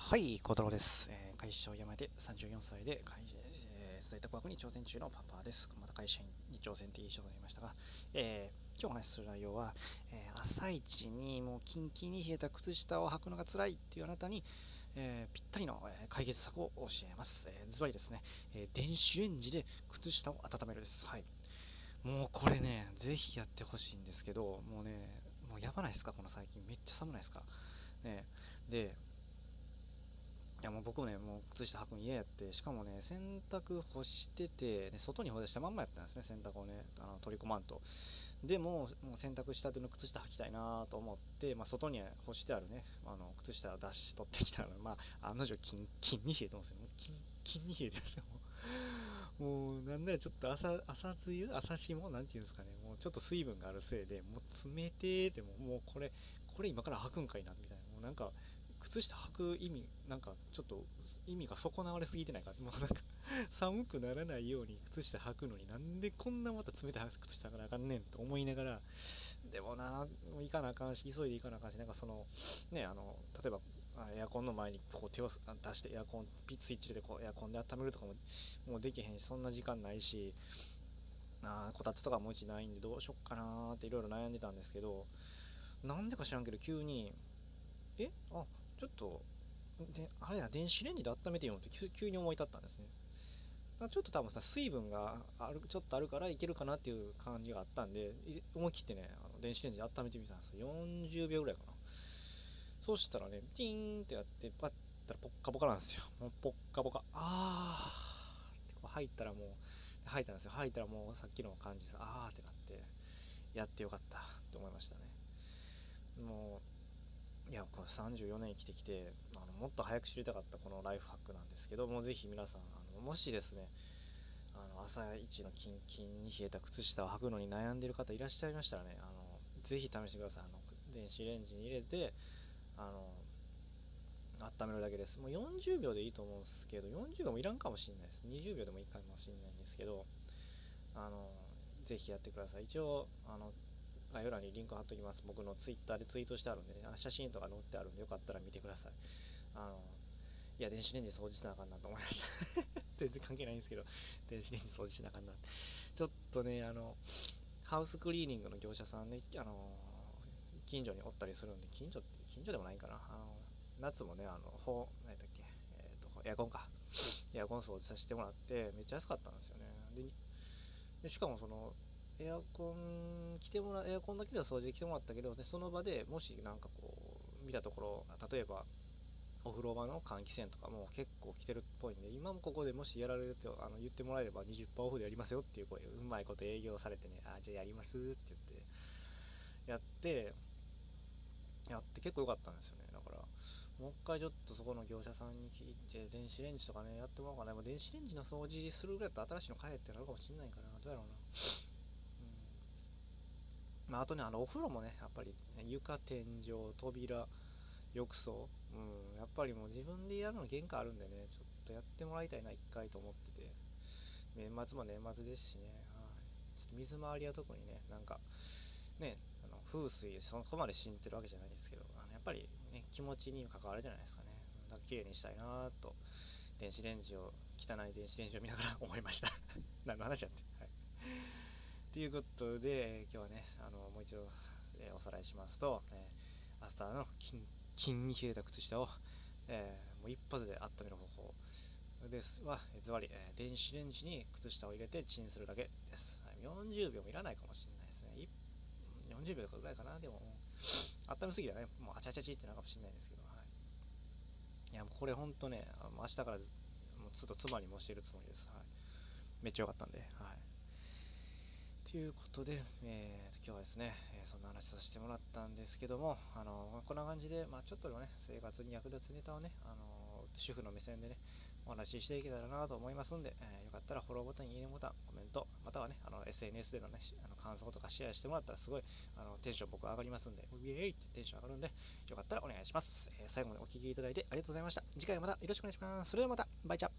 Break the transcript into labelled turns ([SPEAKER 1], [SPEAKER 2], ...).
[SPEAKER 1] はい、小太郎です。会社を辞めて34歳で在宅ワークに挑戦中のパパです。また会社員に挑戦という印象になりましたが、今日お話しする内容は、朝一にもうキンキンに冷えた靴下を履くのが辛いっていうあなたに、ぴったりの解決策を教えます。ズバリですね、電子レンジで靴下を温めるです。はい。もうこれね、ぜひやってほしいんですけど、もうね、もうやばないですか、この最近。めっちゃ寒ないですか。ね、で、いやもう僕もね、もう靴下履くの嫌やって、しかもね、洗濯干してて、ね、外に干したまんまやったんですね、洗濯をね、取り込まんと。でも、もう洗濯したての靴下履きたいなと思って、まあ、外に干してあるね、靴下を出し取ってきたら、まあ、案の定、金に冷えてますよ。もう金に冷えてますよ。もう、なんならちょっと朝露朝霜なんていうんですかね、もうちょっと水分があるせいで、もう冷てーでもうこれ今から履くんかいな、みたいな。もうなんか、靴下履く意味、なんかちょっと意味が損なわれすぎてないか。もうなんか寒くならないように靴下履くのになんでこんなまた冷たい靴下履かなあかんねんと思いながら、でもな、行かなあかんし、急いで行かなあかんし、なんかね、例えば、エアコンの前にこう手を出してエアコン、スイッチでこうエアコンで温めるとかももうできへんし、そんな時間ないし、こたつとかもうちないんでどうしよっかなーっていろいろ悩んでたんですけど、なんでか知らんけど急に、ちょっとあれや、電子レンジで温めてよって急に思い立ったんですね。ちょっと多分さ、水分がちょっとあるからいけるかなっていう感じがあったんで、思い切ってね、電子レンジで温めてみたんですよ。40秒ぐらいかな。そうしたらね、ティーンってやって、パッたらポッカポカなんですよ。もうポッカポカ。ってこう吐いたんですよ。吐いたらもうさっきの感じで、ってなって、やってよかったって思いましたね。もいや、この34年生きてきて、もっと早く知りたかったこのライフハックなんですけども、ぜひ皆さん、もしですね、朝一のキンキンに冷えた靴下を履くのに悩んでいる方いらっしゃいましたらね、ぜひ試してください。電子レンジに入れて、あの、温めるだけです。もう40秒でいいと思うんですけど、40秒もいらんかもしれないです。20秒でもいいかもしれないんですけど、あの、ぜひやってください。一応、概要欄にリンク貼っときます。僕のツイッターでツイートしてあるんでね、写真とか載ってあるんで、よかったら見てください。あの、いや、電子レンジ掃除しなあかんなと思いました。全然関係ないんですけど、電子レンジ掃除しなあかんな。ちょっとね、ハウスクリーニングの業者さんね、近所におったりするんで、近所でもないかな。夏もね、何だっけ、エアコンか。エアコン掃除させてもらって、めっちゃ安かったんですよね。しかもエアコンだけでは掃除で来てもらったけど、でその場でもしなんかこう、見たところ、例えば、お風呂場の換気扇とかも結構来てるっぽいんで、今もここでもしやられると言ってもらえれば20%オフでやりますよっていう声、うまいこと営業されてね、じゃあやりますって言って、やって、結構良かったんですよね。だから、もう一回ちょっとそこの業者さんに聞いて、電子レンジとかね、やってもらおうかな。もう電子レンジの掃除するぐらいだったら新しいの買えってなるかもしれないかな。どうやろうな。あとね、お風呂もね、やっぱり、ね、床、天井、扉、浴槽、やっぱりもう自分でやるの限界あるんでね、ちょっとやってもらいたいな、一回と思ってて、年末も年末ですしね、ちょっと水回りは特にね、なんか、ね、風水、そこまで信じてるわけじゃないですけど、やっぱりね、気持ちに関わるじゃないですかね。だから綺麗にしたいなと、汚い電子レンジを見ながら思いました。何の話やって。はい。ということで、今日はね、もう一度、おさらいしますと、朝の金に冷えた靴下を、もう一発で温める方法ですは、ズバリ、電子レンジに靴下を入れてチンするだけです。はい、40秒もいらないかもしれないですね。40秒とかぐらいかな。でも、温めすぎたらね、もうあちあちあちってなるかもしれないですけど、はい。いや、もうこれほんとね、明日からもうずっと妻にも教えるつもりです。はい。めっちゃ良かったんで、はい。ということで、今日はですね、そんな話させてもらったんですけども、こんな感じで、ちょっとでもね、生活に役立つネタをね、主婦の目線でね、お話ししていけたらなと思いますんで、よかったらフォローボタン、いいねボタン、コメント、またはね、SNS でのね、感想とかシェアしてもらったらすごい、テンション僕上がりますんで、ウェイってテンション上がるんで、よかったらお願いします。最後までお聴きいただいてありがとうございました。次回はまたよろしくお願いします。それではまた、バイチャ